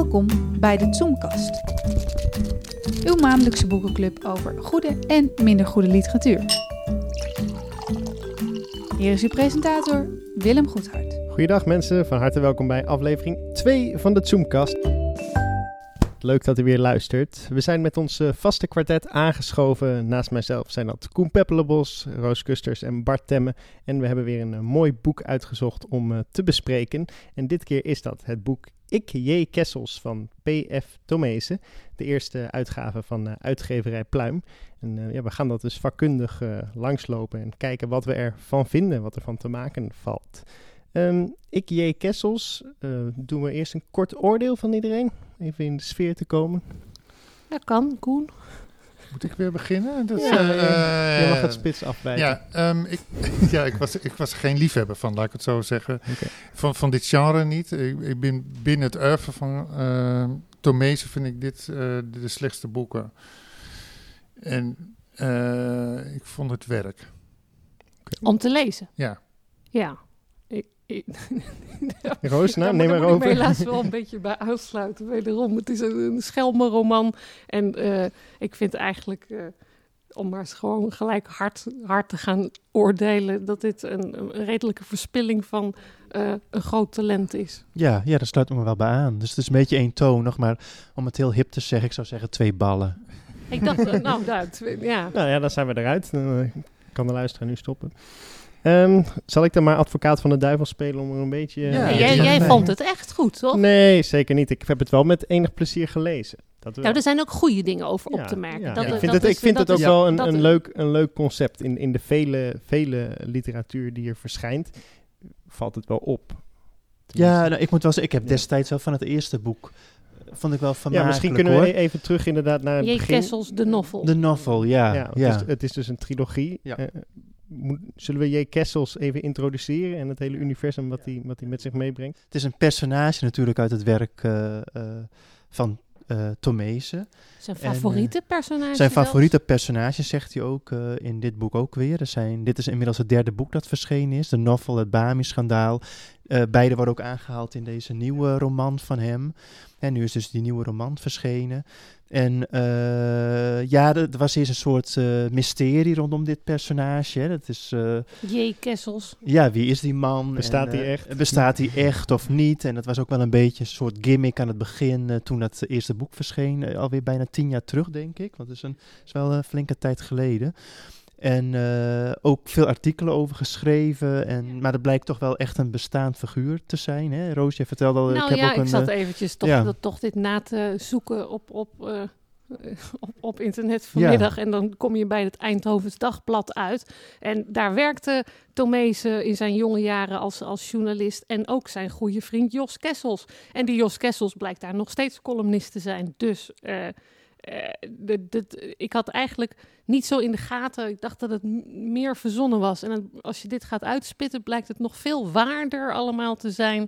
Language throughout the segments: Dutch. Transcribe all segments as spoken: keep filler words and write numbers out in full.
Welkom bij de Zoomkast. Uw maandelijkse boekenclub over goede en minder goede literatuur. Hier is uw presentator Willem Goedhart. Goeiedag mensen, van harte welkom bij aflevering twee van de Zoomkast. Leuk dat u weer luistert. We zijn met ons uh, vaste kwartet aangeschoven. Naast mijzelf zijn dat Koen Peppelebos, Roos Kusters en Bart Temme. En we hebben weer een uh, mooi boek uitgezocht om uh, te bespreken. En dit keer is dat het boek Ik, J. Kessels van P F Tomezen. De eerste uitgave van uh, uitgeverij Pluim. En uh, ja, we gaan dat dus vakkundig uh, langslopen en kijken wat we ervan vinden, wat er van te maken valt. Um, ik, J. Kessels, uh, doen we eerst een kort oordeel van iedereen. Even in de sfeer te komen. Dat kan, Koen. Moet ik weer beginnen? Dat, ja, uh, uh, je mag het spits afbijten. Ja, um, ik, ja ik, was, ik was geen liefhebber van, laat ik het zo zeggen. Okay. Van, van dit genre niet. Ik, ik ben binnen het oeuvre van uh, Tomezen vind ik dit uh, de, de slechtste boeken. En uh, ik vond het werk. Okay. Om te lezen? Ja. Ja. Ik, ik, Roos, nou, ja, neem maar, maar over. Ik moet helaas wel een beetje bij aansluiten. Wederom, het is een, een schelmenroman. En uh, ik vind eigenlijk, uh, om maar eens gewoon gelijk hard, hard te gaan oordelen, dat dit een, een redelijke verspilling van uh, een groot talent is. Ja, ja, daar sluit ik me wel bij aan. Dus het is een beetje eentonig, maar om het heel hip te zeggen, ik zou zeggen twee ballen. Ik dacht, uh, nou, dat, ja. Nou ja, dan zijn we eruit. Dan uh, kan de luisteraar nu stoppen. Um, zal ik dan maar advocaat van de duivel spelen om er een beetje... Ja, uh, jij jij nee. vond het echt goed, toch? Nee, zeker niet. Ik heb het wel met enig plezier gelezen. Dat nou, er zijn ook goede dingen over ja, op te merken. Ja, dat, ja. dat, Ik vind dat het, is, ik vind het ook is, wel een, dat, een, leuk, een leuk concept. In, in de vele, vele literatuur die er verschijnt, valt het wel op. Tenminste. Ja, nou, ik moet wel zeggen, ik heb destijds wel van het eerste boek... Vond ik wel vermakelijk, ja, misschien kunnen hoor. we even terug inderdaad naar het J. begin. Kessels, de novel. De novel, ja. ja, ja. Het, is, het is dus een trilogie. Ja. Uh, moet, zullen we J. Kessels even introduceren en het hele universum wat hij wat hij met zich meebrengt? Het is een personage natuurlijk uit het werk uh, uh, van uh, Tomezen. Zijn favoriete en, uh, personage Zijn zelfs? favoriete personage, zegt hij ook uh, in dit boek ook weer. Er zijn, dit is inmiddels het derde boek dat verschenen is. De novel, het Bami-schandaal. Uh, beide worden ook aangehaald in deze nieuwe roman van hem. En nu is dus die nieuwe roman verschenen. En uh, ja, er was eerst een soort uh, mysterie rondom dit personage. Hè. Dat is... Uh, J. Kessels. Ja, wie is die man? Bestaat hij uh, echt? Bestaat hij echt of niet? En dat was ook wel een beetje een soort gimmick aan het begin... Uh, toen dat eerste boek verscheen. Uh, alweer bijna tien jaar terug, denk ik. Want het is, een, is wel een flinke tijd geleden. En uh, ook veel artikelen over geschreven. En, maar dat blijkt toch wel echt een bestaand figuur te zijn. Hè? Roos, je vertelde al... Nou ik heb ja, ook ik een, zat eventjes toch, ja. dat, toch dit na te zoeken op, op, uh, op, op internet vanmiddag. Ja. En dan kom je bij het Eindhovens Dagblad uit. En daar werkte Tomezen in zijn jonge jaren als, als journalist. En ook zijn goede vriend Jos Kessels. En die Jos Kessels blijkt daar nog steeds columnist te zijn. Dus... Uh, Uh, de, de, ik had eigenlijk niet zo in de gaten. Ik dacht dat het m- meer verzonnen was. En het, als je dit gaat uitspitten, blijkt het nog veel waarder allemaal te zijn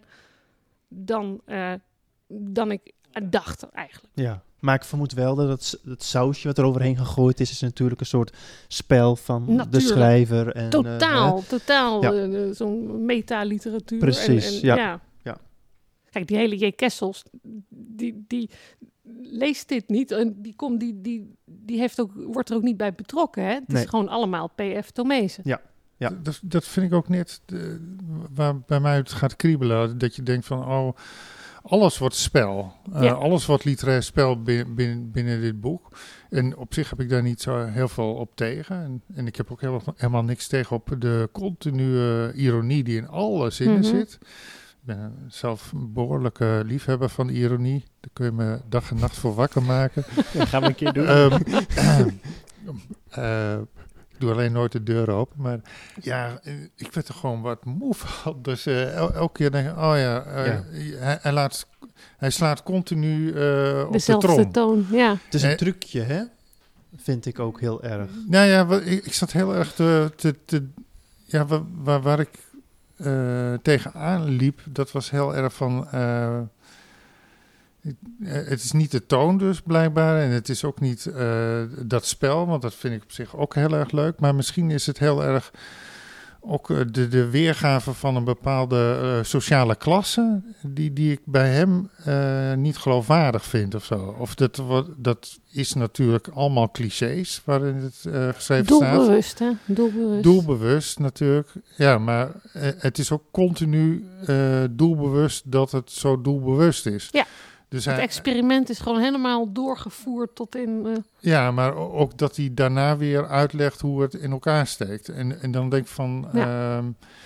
dan, uh, dan ik dacht eigenlijk. Ja, maar ik vermoed wel dat het, het sausje wat er overheen gegooid is, is natuurlijk een soort spel van natuurlijk. De schrijver. En, totaal, uh, totaal. Ja. Uh, zo'n meta-literatuur. Precies, en, en, ja. ja. ja. Kijk, die hele J. Kessels, die... die leest dit niet en die, komt, die, die, die heeft ook, wordt er ook niet bij betrokken. Hè? Het nee. is gewoon allemaal P F Tomezen. Ja, ja. Dat, dat vind ik ook net de, waar bij mij het gaat kriebelen. Dat je denkt van, oh, alles wordt spel. Uh, ja. Alles wordt literair spel binnen, binnen, binnen dit boek. En op zich heb ik daar niet zo heel veel op tegen. En, en ik heb ook heel, helemaal niks tegen op de continue ironie die in alle zinnen mm-hmm. zit. Ik ben zelf een behoorlijke liefhebber van ironie. Daar kun je me dag en nacht voor wakker maken. Dat gaan we een keer doen. Um, uh, ik doe alleen nooit de deur open. Maar ja, ik werd er gewoon wat moe van. Dus uh, el- elke keer denk ik, oh ja, uh, ja. Hij, hij, laat, hij slaat continu uh, op dezelfde de trom. toon, ja. Het is een uh, trucje, hè? Vind ik ook heel erg. Nou ja, wat, ik, ik zat heel erg te... te, te ja, waar, waar, waar ik... Uh, tegenaan liep, dat was heel erg van... Uh, het is niet de toon dus blijkbaar en het is ook niet uh, dat spel, want dat vind ik op zich ook heel erg leuk. Maar misschien is het heel erg ook uh, de, de weergave van een bepaalde uh, sociale klasse, die, die ik bij hem uh, niet geloofwaardig vind of zo. Of dat, wat, dat is natuurlijk allemaal clichés waarin het uh, geschreven Doelbewust, staat. hè? Doelbewust. Doelbewust natuurlijk, ja, maar uh, het is ook continu uh, doelbewust dat het zo doelbewust is. Ja. Dus het hij, experiment is gewoon helemaal doorgevoerd tot in... Uh... Ja, maar ook dat hij daarna weer uitlegt hoe het in elkaar steekt. En, en dan denk ik van... Ja. Uh,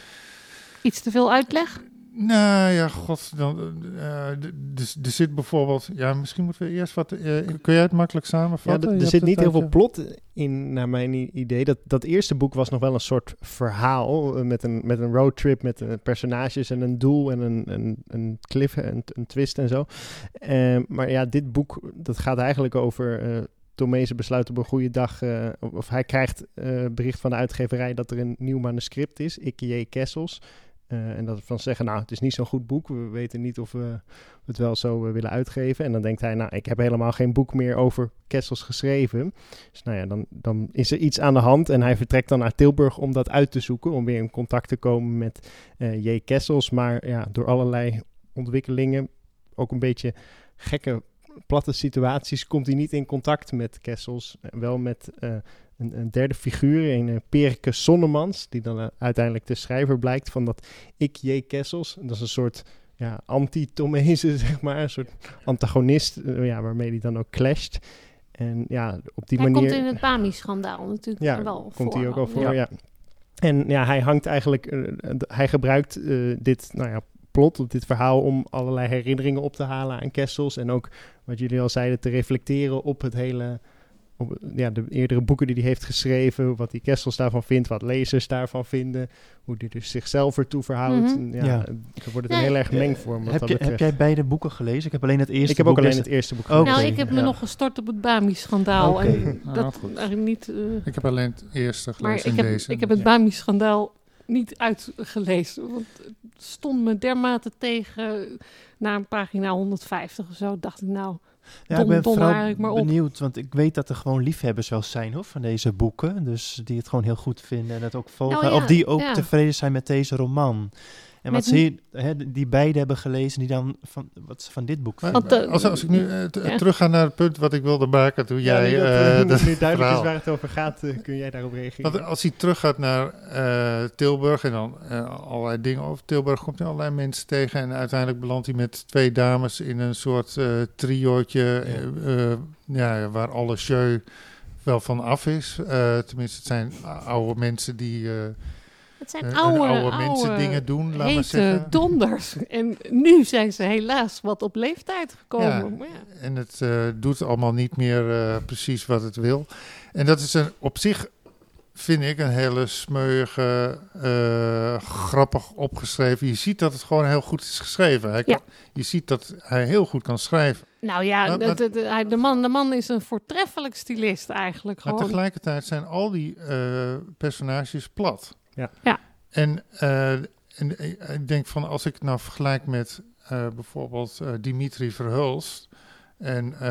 Iets te veel uitleg? Nou ja, god, dan, uh, dus er zit bijvoorbeeld... Ja, misschien moeten we eerst wat... Uh, kun jij het makkelijk samenvatten? Ja, d- er zit niet heel veel plot in, naar mijn idee. Dat, dat eerste boek was nog wel een soort verhaal uh, met, een, met een roadtrip, met uh, personages en een doel en een, een, een cliff, een, een twist en zo. Uh, maar ja, dit boek, dat gaat eigenlijk over... Uh, Tomezen besluit op een goede dag, uh, of hij krijgt uh, bericht van de uitgeverij dat er een nieuw manuscript is, Ik J. Kessels. Uh, en dat we van zeggen, nou, het is niet zo'n goed boek. We weten niet of we het wel zo uh, willen uitgeven. En dan denkt hij, nou, ik heb helemaal geen boek meer over Kessels geschreven. Dus nou ja, dan, dan is er iets aan de hand. En hij vertrekt dan naar Tilburg om dat uit te zoeken. Om weer in contact te komen met uh, J. Kessels. Maar ja, door allerlei ontwikkelingen, ook een beetje gekke, platte situaties, komt hij niet in contact met Kessels. Wel met... Uh, Een, een derde figuur, een uh, Perke Sonnemans, die dan uh, uiteindelijk de schrijver blijkt van dat Ik J. Kessels. Dat is een soort ja, anti-Tomezen, zeg maar, een soort antagonist, uh, ja, waarmee hij dan ook clasht. En ja, op die hij manier... Hij komt in het Bami-schandaal natuurlijk ja, wel komt voor. hij ook al voor, ja. ja. En ja, hij hangt eigenlijk, uh, hij gebruikt uh, dit, nou ja, plot, op dit verhaal, om allerlei herinneringen op te halen aan Kessels. En ook, wat jullie al zeiden, te reflecteren op het hele... Op, ja, de eerdere boeken die hij heeft geschreven, wat die Kessels daarvan vindt, wat lezers daarvan vinden, hoe hij dus zichzelf ertoe verhoudt. Mm-hmm. Ja, ja. Dan wordt het een heel erg mengvorm. Wat heb, dat je, betreft. heb jij beide boeken gelezen? Ik heb alleen het eerste Ik heb boek. ook alleen dus het eerste boek gelezen. gelezen. Nou, ik heb me ja. nog gestort op het Bami-schandaal. Okay. En Ah, dat goed. eigenlijk niet... Uh, Ik heb alleen het eerste maar gelezen ik in heb, deze. ik heb het Ja. Bami-schandaal niet uitgelezen. Want het stond me dermate tegen. Na een pagina honderdvijftig of zo dacht ik nou... Ja, Dom, ik ben dom vooral eigenlijk maar op. benieuwd, want ik weet dat er gewoon liefhebbers wel zijn hoor, van deze boeken. Dus die het gewoon heel goed vinden en het ook volgen. Nou ja, of die ook ja. tevreden zijn met deze roman. En Met wat ze hier, hè, die beide hebben gelezen, die dan van, wat ze van dit boek Maar, vinden. Want, uh, als, als ik nu uh, t- ja. terug ga naar het punt wat ik wilde maken toen Ja, jij... nu dat, uh, uh, dat nu duidelijk verhaal. is waar het over gaat, uh, kun jij daarop reageren. Want als hij teruggaat naar uh, Tilburg en dan uh, allerlei dingen over Tilburg, komt hij allerlei mensen tegen en uiteindelijk belandt hij met twee dames in een soort uh, triootje Ja. uh, uh, ja, waar alle jeu wel van af is. Uh, tenminste, het zijn oude mensen die... Uh, Het zijn Uh, oude, oude oude mensen dingen doen, laat maar hete zeggen. donders. En nu zijn ze helaas wat op leeftijd gekomen. Ja, Maar ja. en het uh, doet allemaal niet meer uh, precies wat het wil. En dat is een, op zich, vind ik, een hele smeuïge, uh, grappig opgeschreven. Je ziet dat het gewoon heel goed is geschreven. Hij Ja. kan, je ziet dat hij heel goed kan schrijven. Nou ja, Maar- de, maar- de, de, hij- de man, de man is een voortreffelijk stylist eigenlijk. Maar Gewoon. tegelijkertijd zijn al die uh, personages plat. Ja. Ja. En, uh, en uh, ik denk van, als ik het nou vergelijk met uh, bijvoorbeeld uh, Dimitri Verhulst en uh,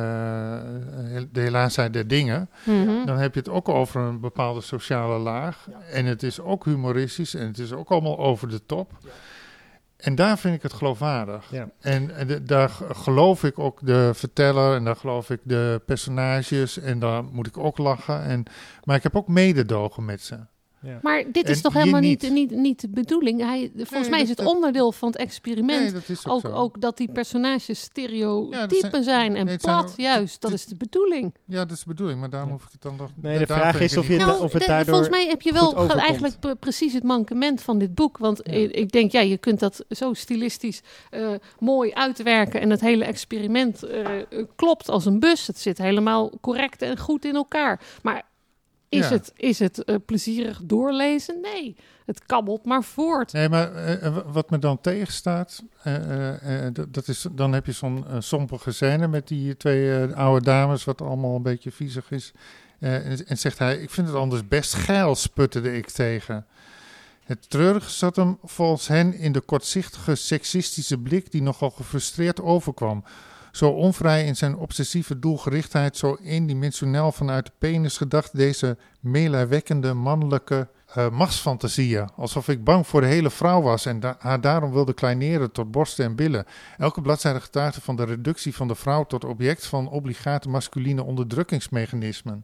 de helaasheid der dingen, Mhm. dan heb je het ook over een bepaalde sociale laag. En het is ook humoristisch en het is ook allemaal over de top. En daar vind ik het geloofwaardig. Ja. En, en de- daar g- geloof ik ook de verteller en daar geloof ik de personages en daar moet ik ook lachen. En, maar ik heb ook mededogen met ze. Ja. Maar dit is En toch hier helemaal niet, niet. niet, niet de bedoeling? Hij, volgens Nee, mij is dat- het dat- onderdeel van het experiment. Nee, dat is ook, ook, zo. ook dat die personages stereotypen Ja, dat zijn- zijn en nee, het zijn plat, ook- juist. Dat het- is de bedoeling. Ja, dat is de bedoeling, maar daarom hoef ik het dan nog... Nee, de daar vraag vind ik is het of je niet- het- Nou, of het de- daardoor volgens mij heb je wel goed overkomt. eigenlijk pre- precies het mankement van dit boek. Want Ja. ik, ik denk, ja, je kunt dat zo stilistisch eh, mooi uitwerken. En het hele experiment eh, eh, klopt als een bus. Het zit helemaal correct en goed in elkaar. Maar is Ja. het, is het eh, plezierig doorlezen? Nee, het kabbelt maar voort. Nee, maar eh, w- wat me dan tegenstaat, eh, eh, eh, dat, dat is, dan heb je zo'n uh, sompige scène met die twee eh, oude dames, wat allemaal een beetje viezig is. Eh, en, en zegt hij, ik vind het anders best geil, sputterde ik tegen. Het treurige zat hem volgens hen in de kortzichtige, seksistische blik die nogal gefrustreerd overkwam. Zo onvrij in zijn obsessieve doelgerichtheid, zo eendimensioneel vanuit de penis gedacht, deze meelaawekkende mannelijke uh, machtsfantasieën. Alsof ik bang voor de hele vrouw was en da- haar daarom wilde kleineren tot borsten en billen. Elke bladzijde getuigde van de reductie van de vrouw tot object van obligate masculine onderdrukkingsmechanismen.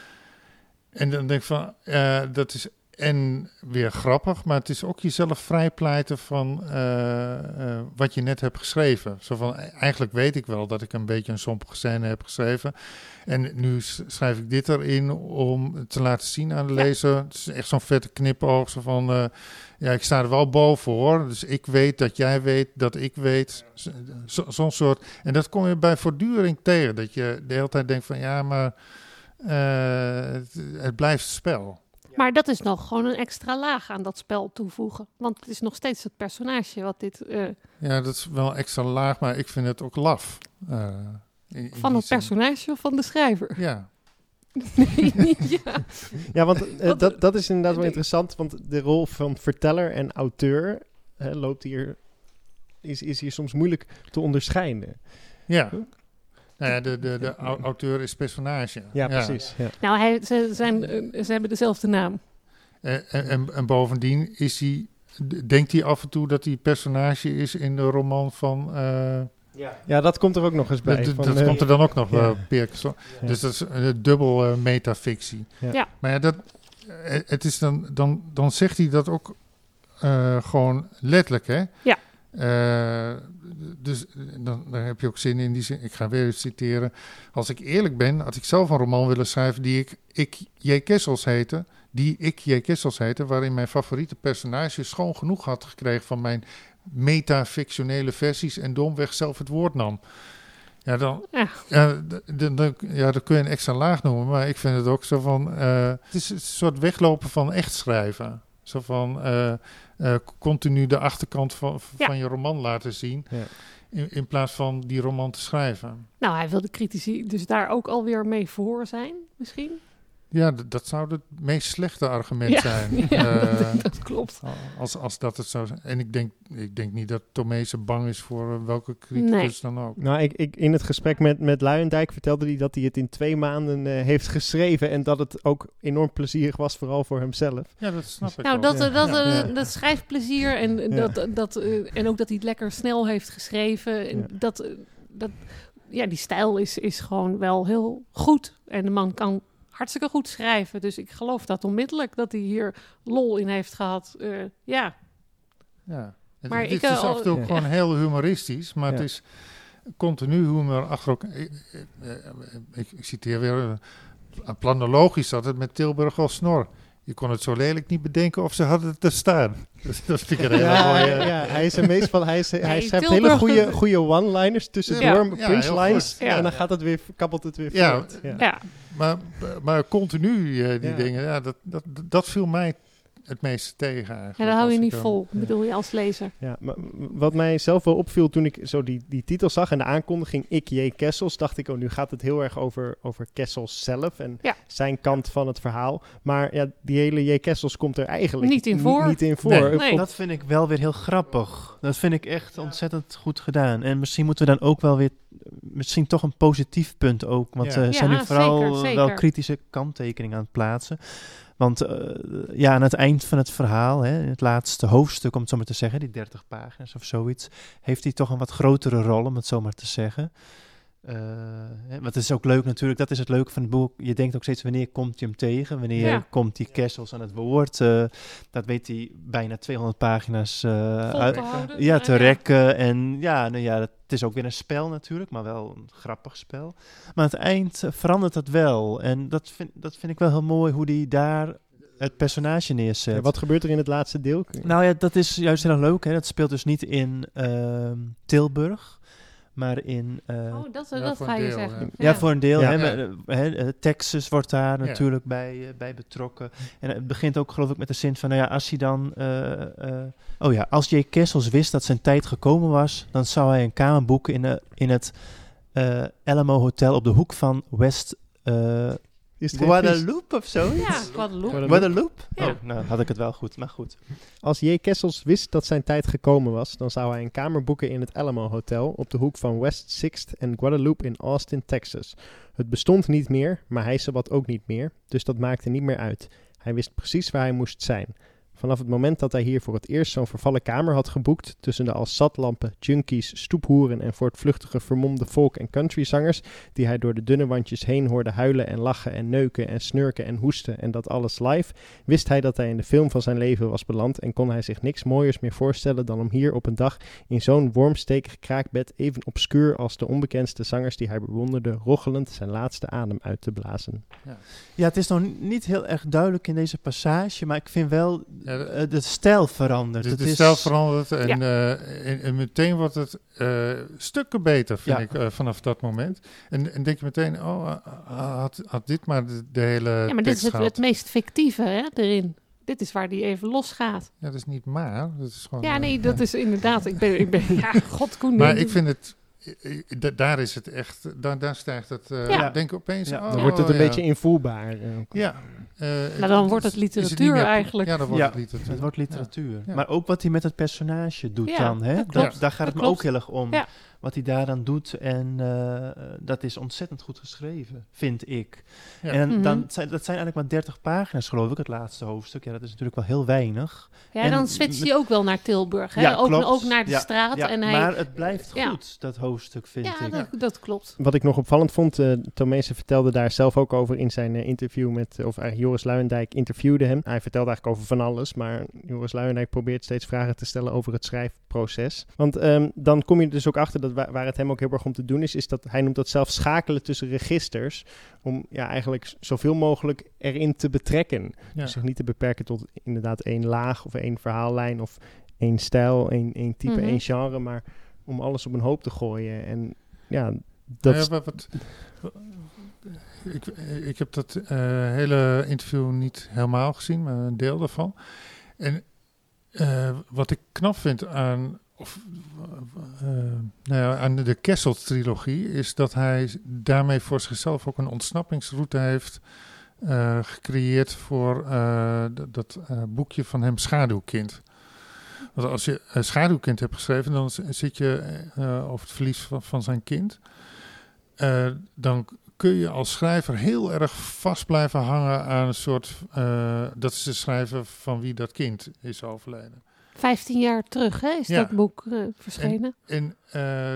En dan denk ik van, uh, dat is en weer grappig, maar het is ook jezelf vrijpleiten van uh, uh, wat je net hebt geschreven. Zo van, eigenlijk weet ik wel dat ik een beetje een sompige scène heb geschreven. En nu schrijf ik dit erin om te laten zien aan de ja. lezer. Het is echt zo'n vette knipoog. Zo van, uh, ja, ik sta er wel boven hoor. Dus ik weet dat jij weet dat ik weet. Zo, zo'n soort. En dat kom je bij voortdurend tegen. Dat je de hele tijd denkt van, ja, maar uh, het, het blijft spel. Maar dat is nog gewoon een extra laag aan dat spel toevoegen. Want het is nog steeds het personage wat dit... Uh... Ja, dat is wel extra laag, maar ik vind het ook laf. Uh, in, in van het zin. Personage of van de schrijver? Ja. nee, niet ja. Ja, want uh, dat, dat is inderdaad wel interessant. Want de rol van verteller en auteur hè, loopt hier, is, is hier soms moeilijk te onderscheiden. Ja. Huh? Nou ja, de, de, de auteur is personage. Ja, precies. Ja. Nou, hij, ze, zijn, ze hebben dezelfde naam. En, en, en bovendien is hij, denkt hij af en toe dat hij personage is in de roman van... Uh, ja. ja, dat komt er ook nog eens bij. De, van, dat uh, komt er dan ook nog bij. Ja. Ja. Dus dat is een dubbel uh, metafictie. Ja. Ja. Maar ja, dat, het is dan, dan, dan zegt hij dat ook uh, gewoon letterlijk, hè? Ja. Uh, dus dan, dan heb je ook zin in die zin. Ik ga weer eens citeren. Als ik eerlijk ben, had ik zelf een roman willen schrijven die ik, ik J. Kessels heette. Die ik J. Kessels heette, waarin mijn favoriete personage schoon genoeg had gekregen van mijn metafictionele versies en domweg zelf het woord nam. Ja, dan, ja. Ja, d- d- d- ja, dat kun je een extra laag noemen, maar ik vind het ook zo van, uh, het is een soort weglopen van echt schrijven. Zo van uh, uh, continu de achterkant van, ja. van je roman laten zien. Ja. In, in plaats van die roman te schrijven. Nou, hij wil de critici dus daar ook alweer mee voor zijn, misschien? Ja, d- dat zou het meest slechte argument ja. zijn. Ja, uh, dat, dat klopt. Als, als dat het zou zijn. En ik denk, ik denk niet dat Tomeese bang is voor uh, welke criticus nee. dan ook. Nou, ik, ik, in het gesprek met, met Luijendijk vertelde hij dat hij het in twee maanden uh, heeft geschreven. En dat het ook enorm plezierig was, vooral voor hemzelf. Ja, dat snap ik Nou, ook. dat, Ja. dat, Ja. uh, Ja. dat schrijfplezier en, Ja. dat, dat, uh, en ook dat hij het lekker snel heeft geschreven. En Ja. dat, uh, dat, ja, die stijl is, is gewoon wel heel goed. En de man kan hartstikke goed schrijven. Dus ik geloof dat onmiddellijk dat hij hier lol in heeft gehad. Uh, ja. Ja. Het, Maar het ik, is uh, af en toe ja. gewoon heel humoristisch, maar Ja. het is continu humor achter elkaar. Ik, ik, ik citeer weer, uh, planologisch zat het met Tilburg als snor. Je kon het zo lelijk niet bedenken of ze hadden het te staan. Dus dat vind ik een hele Ja, mooie... ja, hij is er meestal, hij, is, hij Nee, schrijft Tilburg- hele goede, goede one-liners tussendoor, Ja. ja. Ja, punchlines. heel goed. En dan gaat het weer, kabbelt het weer Ja. voort. Ja. Ja. Maar, maar continu uh, die Ja. dingen, ja, dat, dat, dat viel mij het meeste tegen eigenlijk. Ja, dat hou je Als niet ik dan- vol, bedoel je als lezer. Ja, maar wat mij zelf wel opviel toen ik zo die, die titel zag en de aankondiging Ik J. Kessels, dacht ik, oh, nu gaat het heel erg over, over Kessels zelf en Ja. zijn kant van het verhaal. Maar ja, die hele J. Kessels komt er eigenlijk Niet in voor. Niet in voor. Nee. Op- Nee. op- Dat vind ik wel weer heel grappig. Dat vind ik echt ontzettend goed gedaan. En misschien moeten we dan ook wel weer, misschien toch een positief punt ook. Want Ja. uh, zijn Ja, nu vooral zeker, uh, zeker. wel kritische kanttekeningen aan het plaatsen. Want uh, ja, aan het eind van het verhaal, hè, in het laatste hoofdstuk, om het zo maar te zeggen, die dertig pagina's of zoiets, heeft hij toch een wat grotere rol, om het zo maar te zeggen. Uh, hè, want het is ook leuk natuurlijk, dat is het leuke van het boek. Je denkt ook steeds, wanneer komt je hem tegen? Wanneer Ja. komt die Kessels aan het woord? Uh, dat weet hij bijna tweehonderd pagina's uh, Vol uit, te houden. ja, te Ja. rekken. En ja, nou ja, het is ook weer een spel natuurlijk, maar wel een grappig spel. Maar aan het eind uh, verandert dat wel. En dat vind, dat vind ik wel heel mooi, hoe die daar het personage neerzet. Ja, wat gebeurt er in het laatste deel? Nou ja, dat is juist heel leuk. Hè. Dat speelt dus niet in uh, Tilburg, maar in... Uh, Oh, dat, Ja, dat voor ga een je deel, zeggen. ja, voor een deel. Ja. Hè, Ja. maar, hè, uh, Texas wordt daar Ja. natuurlijk bij, uh, bij betrokken. En het begint ook geloof ik met de zin van, nou ja, als hij dan... Uh, uh, oh ja, als J. Kessels wist dat zijn tijd gekomen was, dan zou hij een kamer boeken in, uh, in het uh, Alamo Hotel op de hoek van West... Uh, Is het geen Guadalupe of zo? Ja, Guadeloupe. Guadalupe? Ja. Oh, nou had ik het wel goed, maar goed. Als J. Kessels wist dat zijn tijd gekomen was, dan zou hij een kamer boeken in het Alamo Hotel op de hoek van West sixth en Guadalupe in Austin, Texas. Het bestond niet meer, maar hij zowat ook niet meer, dus dat maakte niet meer uit. Hij wist precies waar hij moest zijn. Vanaf het moment dat hij hier voor het eerst zo'n vervallen kamer had geboekt, tussen de als zatlampen, junkies, stoephoeren en voortvluchtige vermomde folk- en countryzangers, die hij door de dunne wandjes heen hoorde huilen en lachen en neuken en snurken en hoesten en dat alles live, wist hij dat hij in de film van zijn leven was beland en kon hij zich niks mooiers meer voorstellen dan om hier op een dag in zo'n wormstekig kraakbed even obscuur als de onbekendste zangers die hij bewonderde, rochelend zijn laatste adem uit te blazen. Ja, ja, het is nog niet heel erg duidelijk in deze passage, maar ik vind wel Ja, de, uh, de stijl verandert. de, Het de is, stijl verandert en, Ja. uh, en, en meteen wordt het uh, stukken beter, vind Ja. ik, uh, vanaf dat moment. En, en denk je meteen, oh, uh, had, had dit maar de, de hele Ja, maar dit tekst is het, gehad. het meest fictieve hè, erin. Dit is waar die even losgaat. Ja, dat is niet maar, dat is gewoon... Ja, uh, nee, dat ja. is inderdaad... Ik ben, ik ben ja, god, Koen. Maar ik vind het... Da- daar is het echt... Daar, daar stijgt het... Uh, Ja. Denk ik opeens... Ja. oh, Dan wordt het een ja. beetje invoelbaar. uh, Ja. Uh, Nou, dan wordt het is- is literatuur niet meer- eigenlijk. Ja, dan wordt Ja, het literatuur. het wordt literatuur. Ja. Maar ook wat hij met het personage doet Ja, dan. Hè? dat Dat klopt. daar gaat Dat het me klopt. ook heel erg om. Ja. Wat hij daar dan doet. En uh, dat is ontzettend goed geschreven, vind ik. Ja. En Mhm. dan zijn, dat zijn eigenlijk maar dertig pagina's, geloof ik, het laatste hoofdstuk. Ja, dat is natuurlijk wel heel weinig. Ja, En dan switcht met- hij ook wel naar Tilburg. Hè? Ja, ook, klopt. ook naar de Ja, straat. Ja, en hij, maar het blijft Ja. goed, dat hoofdstuk, vind ja, ik. dat, dat klopt. Wat ik nog opvallend vond, uh, Tomezen vertelde daar zelf ook over in zijn uh, interview met, of eigenlijk Joris Luijendijk interviewde hem. Hij vertelde eigenlijk over van alles, maar Joris Luijendijk probeert steeds vragen te stellen over het schrijfproces. Want um, dan kom je er dus ook achter dat wa- waar het hem ook heel erg om te doen is, is dat hij noemt dat zelf schakelen tussen registers, om ja eigenlijk zoveel mogelijk erin te betrekken. Ja. Dus zich niet te beperken tot inderdaad één laag of één verhaallijn of één stijl, één, één type, Mhm. één genre, maar om alles op een hoop te gooien. En ja, dat Ja, wat, wat, ik, ik heb dat uh, hele interview niet helemaal gezien, maar een deel daarvan. En uh, wat ik knap vind aan, of, uh, nou ja, aan de Kessel-trilogie is dat hij daarmee voor zichzelf ook een ontsnappingsroute heeft uh, gecreëerd voor uh, d- dat uh, boekje van hem, Schaduwkind. Want als je een Schaduwkind hebt geschreven, dan z- zit je uh, over het verlies van, van zijn kind. Uh, dan kun je als schrijver heel erg vast blijven hangen aan een soort... Uh, dat is de schrijver van wie dat kind is overleden. Vijftien jaar terug hè, is Ja. dat boek uh, verschenen. En uh,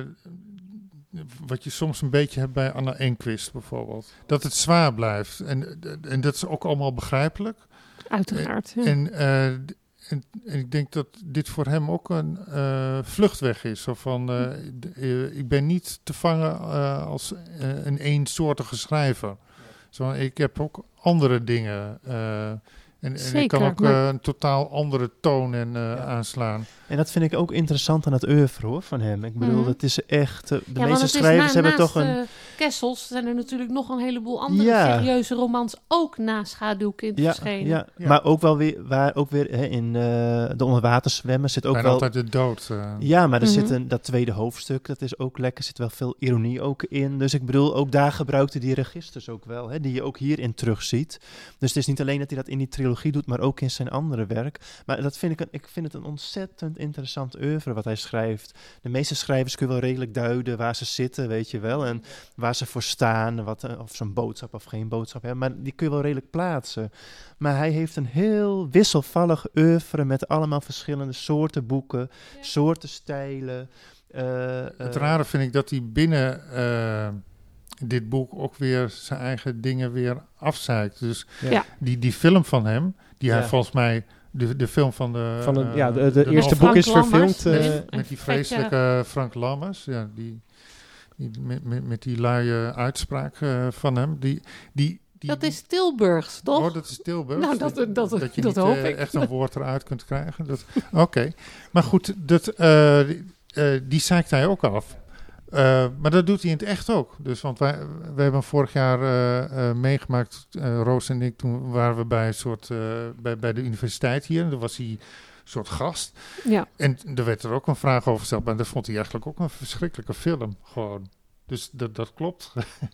wat je soms een beetje hebt bij Anna Enquist bijvoorbeeld. Dat het zwaar blijft. En, en dat is ook allemaal begrijpelijk. Uiteraard. Ja. En, uh, en, en ik denk dat dit voor hem ook een uh, vluchtweg is. Zo van, uh, d- uh, ik ben niet te vangen uh, als uh, een eensoortige schrijver. Zo, ik heb ook andere dingen. Uh, en, en ik kan Zeker, ook uh, maar- een totaal andere toon en, uh, Ja. aanslaan. En dat vind ik ook interessant aan het oeuvre hoor, van hem. Ik bedoel, Mhm. het is echt... uh, de Ja, want meeste het is schrijvers na- hebben naast, toch een... uh, Kessels zijn er natuurlijk nog een heleboel andere Ja. serieuze romans ook na Schaduwkind Ja, verschenen. ja, Ja. maar ook wel weer, waar ook weer hè, in uh, de onderwaterzwemmen zit ook Bijna wel... altijd de dood. Uh. Ja, maar er Mhm. zit een, dat tweede hoofdstuk, dat is ook lekker, zit wel veel ironie ook in. Dus ik bedoel, ook daar gebruikte die registers ook wel, hè, die je ook hierin terugziet. Dus het is niet alleen dat hij dat in die trilogie doet, maar ook in zijn andere werk. Maar dat vind ik, een, ik vind het een ontzettend interessant oeuvre wat hij schrijft. De meeste schrijvers kun je wel redelijk duiden waar ze zitten, weet je wel. En waar ze voor staan, wat, of ze een boodschap of geen boodschap hebben. Maar die kun je wel redelijk plaatsen. Maar hij heeft een heel wisselvallig oeuvre met allemaal verschillende soorten boeken, soorten stijlen. Uh, Het uh, rare vind ik dat hij binnen uh, dit boek ook weer zijn eigen dingen weer afzeikt. Dus Ja. Ja. die, die film van hem, die hij Ja. volgens mij, de, de film van de... van het, uh, ja, de, de, de eerste novel boek is Frank Lammers, verfilmd. nee. uh, met, met die Een vetje. vreselijke Frank Lammers, ja, die, die, met, met, met die luie uitspraak uh, van hem. Die, die, die, Dat is Tilburgs, toch? Oh, dat is Tilburg. Nou, dat- dat- dat- je dat niet hoop uh, ik. echt een woord eruit kunt krijgen. Dat- Oké, okay. Maar goed, dat, uh, die, uh, die zeikt hij ook af. Uh, maar dat doet hij in het echt ook. Dus, want wij, we hebben vorig jaar uh, uh, meegemaakt, uh, Roos en ik, toen waren we bij, een soort, uh, bij, bij de universiteit hier. En daar was hij een soort gast. Ja. En er werd er ook een vraag over gesteld. Maar dat vond hij eigenlijk ook een verschrikkelijke film. Gewoon. Dus dat, dat klopt.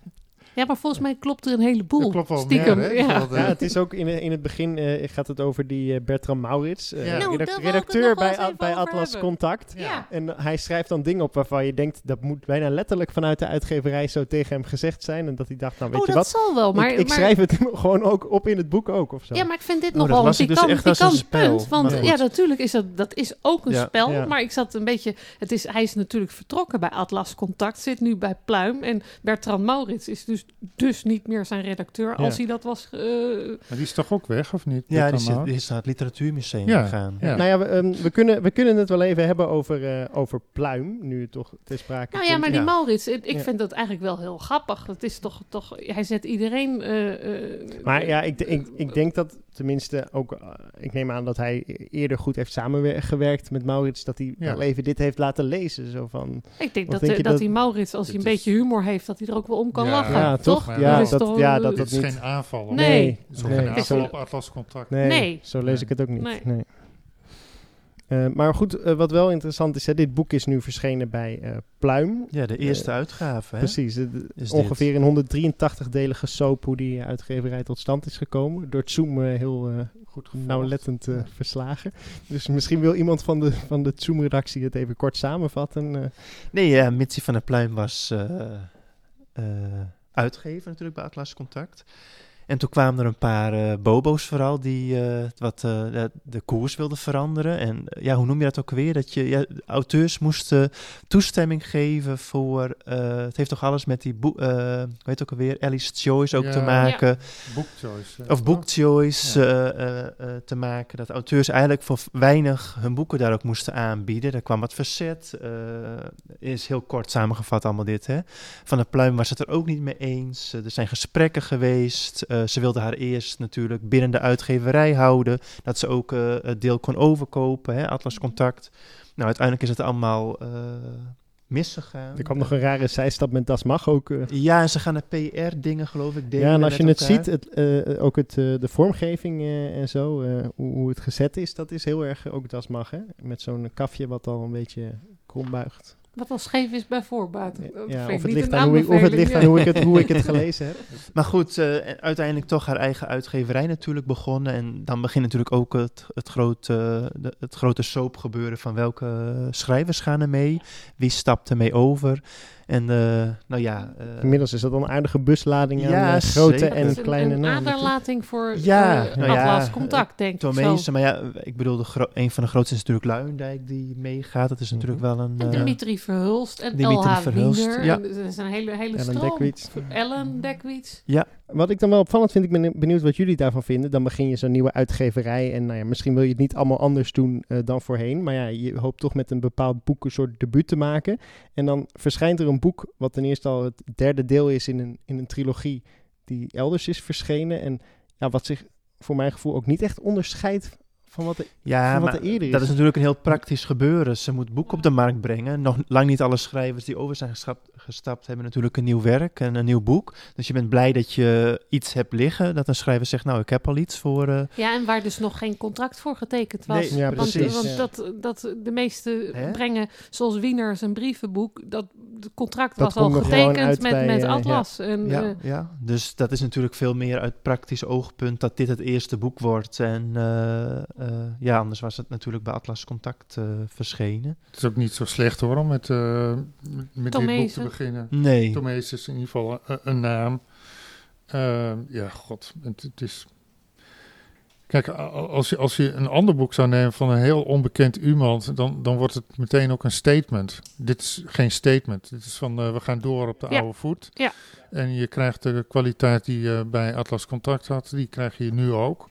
Ja, maar volgens mij klopt er een heleboel. Dat klopt wel stiekem. meer, hè? Ja. Dat, uh, Ja, het is ook in, in het begin uh, gaat het over die uh, Bertram Maurits, uh, Ja. Nou, redac- daar wou ik het redacteur nog wel bij, eens A- even bij over Atlas hebben. Contact. Ja. En hij schrijft dan dingen op waarvan je denkt, dat moet bijna letterlijk vanuit de uitgeverij zo tegen hem gezegd zijn. En dat hij dacht, nou weet Oh, je dat wat, zal wel. Maar, ik, ik maar, schrijf het gewoon ook op in het boek ook of zo. Ja, maar ik vind dit Oh, nog dat wel een las ik dus pikant, echt als een pikant spel. punt. Want Maar goed. ja, natuurlijk is dat, dat is ook een Ja. spel. Ja. Maar ik zat een beetje... Het is, hij is natuurlijk vertrokken bij Atlas Contact. Zit nu bij Pluim. En Bertrand Maurits is dus, dus niet meer zijn redacteur. Als Ja. hij dat was... uh, maar die is toch ook weg, of niet? Ja, die, Bertram zit, Maurits? die is naar het literatuurmuseum Ja, gegaan. ja. Nou ja, we, um, we, kunnen, we kunnen het wel even hebben over, uh, over Pluim, nu het toch ter sprake Nou ja, komt. maar die Ja. Maurits, ik, ik Ja. vind dat eigenlijk wel heel grappig. Het is toch, toch hij zet iedereen... uh, uh, Maar ja, ik, ik, ik denk dat tenminste ook, uh, ik neem aan dat hij eerder goed heeft samengewerkt met Maurits, dat hij Ja. wel even dit heeft laten lezen. Zo van, Ik denk Wat dat, denk uh, je dat dat- die Maurits, als hij een Het is- beetje humor heeft, dat hij er ook wel om kan Ja. lachen. ja, toch? Maar Ja, dat is dat, toch, ja, uh, dat, Dit dat is niet. geen aanval. hoor. Nee. Het is ook Nee. geen Het is aanval een- op Atlas Contact. Nee, Nee. zo lees ik het ook niet. Nee. Nee. Uh, maar goed, uh, wat wel interessant is, hè, dit boek is nu verschenen bij uh, Pluim. Ja, de eerste uitgave. Hè? Precies, uh, d- Is ongeveer een honderddrieëntachtig-delige soap hoe die uitgeverij tot stand is gekomen. Door het Zoom uh, heel uh, Goed gevolgd. nauwlettend uh, verslagen. Dus misschien wil iemand van de, van de Zoom-redactie het even kort samenvatten. Uh. Nee, ja, Mitsie van der Pluim was uh, uh, uitgever natuurlijk bij Atlas Contact. En toen kwamen er een paar uh, bobo's vooral die uh, wat uh, de, de koers wilden veranderen. En uh, ja, hoe noem je dat ook weer? Dat je ja, auteurs moesten toestemming geven voor... Uh, het heeft toch alles met die boek... Uh, weet ook alweer? Alice Choice ook Ja. te maken. Ja. Book Choice. Of Book Choice Ja. uh, uh, uh, te maken. Dat auteurs eigenlijk voor weinig hun boeken daar ook moesten aanbieden. Daar kwam wat verzet. Uh, is heel kort samengevat allemaal dit. Hè. Van der Pluim was het er ook niet mee eens. Uh, er zijn gesprekken geweest. Uh, ze wilde haar eerst natuurlijk binnen de uitgeverij houden. Dat ze ook uh, het deel kon overkopen. Hè, Atlas Contact. Nou, uiteindelijk is het allemaal uh, misgegaan. Er kwam nog een rare zijstap met Das Mag ook. Uh. Ja, en ze gaan de P R-dingen geloof ik delen Ja, en als je met het elkaar. ziet, het, uh, ook het, uh, de vormgeving uh, en zo, uh, hoe, hoe het gezet is, dat is heel erg uh, ook Das Mag, hè? Met zo'n kafje wat al een beetje krom buigt. Wat al scheef is bij voorbaat. Dat Ja, vind of, ik het niet ligt een aan hoe ik, of het ligt aan aanbeveling, hoe ik het, hoe ik het gelezen heb. Maar goed, uh, uiteindelijk toch haar eigen uitgeverij natuurlijk begonnen. En dan begint natuurlijk ook het, het, grote, de, het grote soapgebeuren van welke schrijvers gaan er mee. Wie stapt er mee over. En uh, nou ja... Uh, Inmiddels is dat al een aardige buslading aan Ja, uh, grote zeker. en Het is kleine een, namen. een aderlating voor Ja, uh, nou ja, Atlas Contact, denk ik zo. Tomezen, maar ja, ik bedoel, de gro- een van de grootste is natuurlijk Luijendijk die meegaat. Dat is natuurlijk wel een... En uh, Dimitri Verhulst en Dimitri L H Verhulst, Wiener. ja. En er is een hele, hele Ellen stroom. Dekwits. Ellen Dekwits. Wat ik dan wel opvallend vind, ik ben benieuwd wat jullie daarvan vinden. Dan begin je zo'n nieuwe uitgeverij en nou ja, misschien wil je het niet allemaal anders doen uh, dan voorheen. Maar ja, je hoopt toch met een bepaald boek een soort debuut te maken. En dan verschijnt er een boek wat ten eerste al het derde deel is in een, in een trilogie die elders is verschenen. En ja, wat zich voor mijn gevoel ook niet echt onderscheidt van wat er, Ja, van wat maar er eerder is. dat is natuurlijk een heel praktisch gebeuren. Ze moet boek op de markt brengen. Nog lang niet alle schrijvers die over zijn gestapt, gestapt hebben natuurlijk een nieuw werk en een nieuw boek. Dus je bent blij dat je iets hebt liggen. Dat een schrijver zegt, nou, ik heb al iets voor... Uh... Ja, en waar dus nog geen contract voor getekend was. Nee, ja, want precies. want Ja. dat, dat de meeste Hè? brengen, zoals Wiener zijn brievenboek, dat het contract Dat was al komt nog gewoon getekend uit met, bij, met uh, Atlas. En, Ja, uh, ja, dus dat is natuurlijk veel meer uit praktisch oogpunt dat dit het eerste boek wordt. En uh, uh, ja, anders was het natuurlijk bij Atlas Contact uh, verschenen. Het is ook niet zo slecht hoor, om met, uh, met dit boek Tomezen. te beginnen. Nee. Tomezen is in ieder geval een, een naam. Uh, ja, god, het, het is... Kijk, als je, als je een ander boek zou nemen van een heel onbekend iemand, dan, dan wordt het meteen ook een statement. Dit is geen statement. Dit is van, uh, we gaan door op de Ja. oude voet. Ja. En je krijgt de kwaliteit die je bij Atlas Contact had, die krijg je nu ook.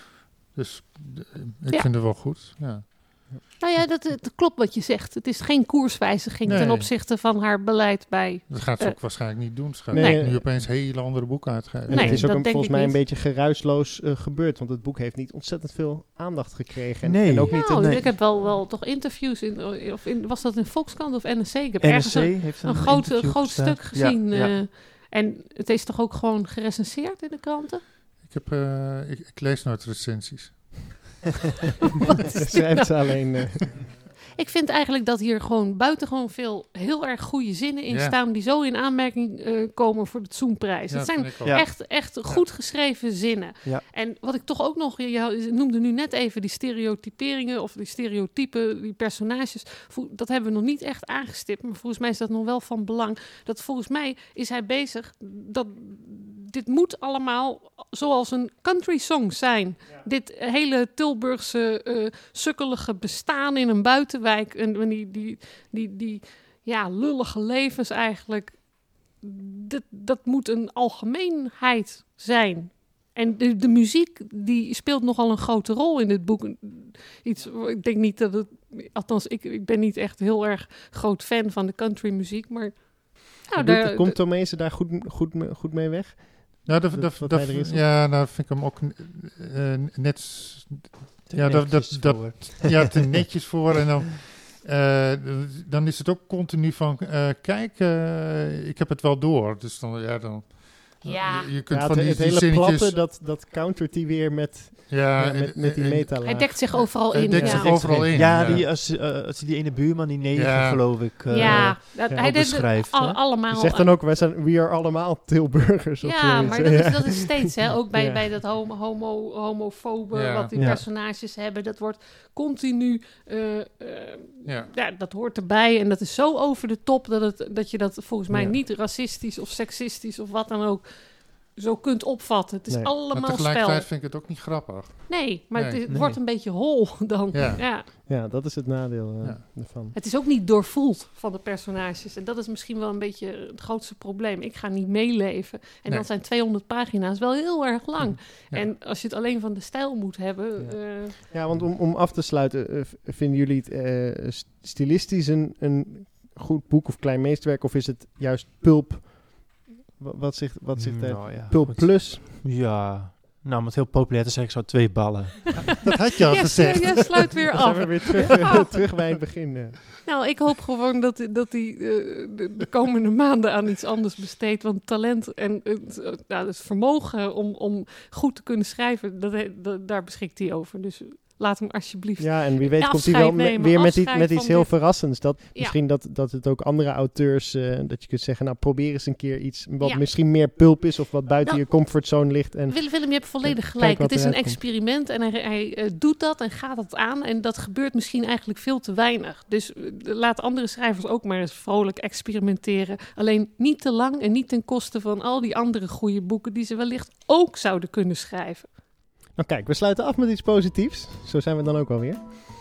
Dus uh, ik Ja. vind het wel goed, ja. Nou ja, dat, dat klopt wat je zegt. Het is geen koerswijziging Nee. ten opzichte van haar beleid bij... Dat gaat ze Uh, ook waarschijnlijk niet doen. Ze gaat nee. nu opeens hele andere boeken uitgeven. En Nee, het is ook dat een, denk volgens ik mij een niet. beetje geruisloos uh, gebeurd. Want het boek heeft niet ontzettend veel aandacht gekregen. En, Nee. en ook niet Nou, een, nee. ik heb wel, wel toch interviews in, of in... Was dat in Volkskrant of N R C? Ik heb N R C ergens een, heeft een, een groot, interview groot gestaan. stuk gezien. Ja, ja. uh, en het is toch ook gewoon gerecenseerd in de kranten? Ik, heb, uh, ik, ik lees nooit recensies. Wat is dit schrijft nou? ze alleen... Uh, Ik vind eigenlijk dat hier gewoon buitengewoon veel heel erg goede zinnen in Ja. staan die zo in aanmerking uh, komen voor de Tsoenprijs. Ja, Het zijn vind ik ook. Ja. echt, echt goed geschreven zinnen. Ja. En wat ik toch ook nog, je, je noemde nu net even die stereotyperingen of die stereotypen, die personages, vo- dat hebben we nog niet echt aangestipt, maar volgens mij is dat nog wel van belang. Dat volgens mij is hij bezig, dat dit moet allemaal zoals een country song zijn. Ja. Dit hele Tilburgse uh, sukkelige bestaan in een buitenwijk en, en die, die, die, die ja, lullige levens eigenlijk, dat, dat moet een algemeenheid zijn. En de, de muziek die speelt nogal een grote rol in dit boek. Iets, ik denk niet dat het, althans ik, ik ben niet echt heel erg groot fan van de country muziek, maar nou, daar, doet, komt Tomezen daar goed, goed, goed mee weg? Nou, dat, dat, dat, dat, ja, nou vind ik hem ook uh, net... Te ja, dat, dat, dat, ja, te netjes voor. En dan, uh, dan is het ook continu van, uh, kijk, uh, ik heb het wel door. Dus dan, ja, dan... Ja, je, je kunt ja, van het, die, het hele zinnetjes... platte, dat, dat countert hij weer met, ja, met, met, met die metalaag. Hij dekt zich overal in. Hij dekt ja. zich overal in. Ja, die, als, uh, als die ene buurman, die negen, ja. geloof ik, uh, ja, dat, ja, hij beschrijft. Al, allemaal. Je zegt dan ook, wij zijn, we are allemaal Tilburgers. Of ja, zoiets. maar dat is, dat is steeds, hè, ook bij, ja. bij dat homo, homo, homofobe, ja. wat die ja. personages hebben. Dat wordt continu, uh, uh, ja. ja, dat hoort erbij. En dat is zo over de top, dat, het, dat je dat volgens mij ja. niet racistisch of seksistisch of wat dan ook zo kunt opvatten. Het is nee. allemaal spel. Maar tegelijkertijd spel. vind ik het ook niet grappig. Nee, maar nee. het, het nee. wordt een beetje hol dan. Ja, ja. ja dat is het nadeel uh, ja. ervan. Het is ook niet doorvoeld van de personages. En dat is misschien wel een beetje het grootste probleem. Ik ga niet meeleven. En nee. dan zijn tweehonderd pagina's wel heel erg lang. Ja. En als je het alleen van de stijl moet hebben... Ja, uh, ja want om, om af te sluiten... Uh, vinden jullie het uh, stilistisch een, een goed boek of klein meesterwerk? Of is het juist pulp... Wat zegt, wat zegt hij? Nou, ja, Pulp Plus? Ja, nou, om het heel populair te zeggen, zo twee ballen. Dat had je al yes, gezegd. Ja, ja, sluit weer af. Dan zijn we weer terug, ja. terug bij het begin. Uh. Nou, ik hoop gewoon dat, dat hij uh, de, de komende maanden aan iets anders besteedt. Want talent en het, uh, nou, het vermogen om, om goed te kunnen schrijven, dat, dat, daar beschikt hij over. Dus... laat hem alsjeblieft. Ja, en wie weet komt hij wel me, weer met, die, met iets heel dit. verrassends. Dat, ja. Misschien dat, dat het ook andere auteurs, uh, dat je kunt zeggen, nou probeer eens een keer iets wat ja. misschien meer pulp is of wat buiten nou, je comfortzone ligt. En, Willem, Willem, je hebt volledig uh, gelijk. Het is een experiment komt. en hij, hij uh, doet dat en gaat het aan. En dat gebeurt misschien eigenlijk veel te weinig. Dus uh, laat andere schrijvers ook maar eens vrolijk experimenteren. Alleen niet te lang en niet ten koste van al die andere goede boeken die ze wellicht ook zouden kunnen schrijven. Nou kijk, we sluiten af met iets positiefs. Zo zijn we dan ook alweer.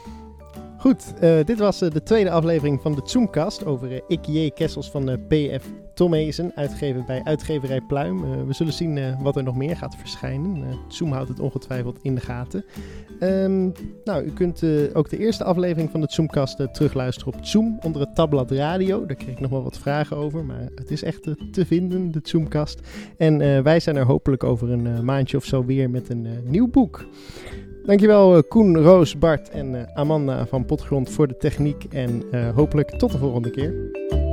Goed, uh, dit was uh, de tweede aflevering van de Tsoemkast over uh, Ik J. Kessels van uh, P F Tomezen, uitgegeven bij uitgeverij Pluim. Uh, we zullen zien uh, wat er nog meer gaat verschijnen. Uh, Tsoem houdt het ongetwijfeld in de gaten. Um, nou, u kunt uh, ook de eerste aflevering van de Tsoemkast uh, terugluisteren op Tsoem onder het tabblad radio. Daar kreeg ik nog wel wat vragen over, maar het is echt uh, te vinden, de Tsoemkast. En uh, wij zijn er hopelijk over een uh, maandje of zo weer met een uh, nieuw boek. Dankjewel uh, Koen, Roos, Bart en uh, Amanda van Potgrond voor de techniek en uh, hopelijk tot de volgende keer.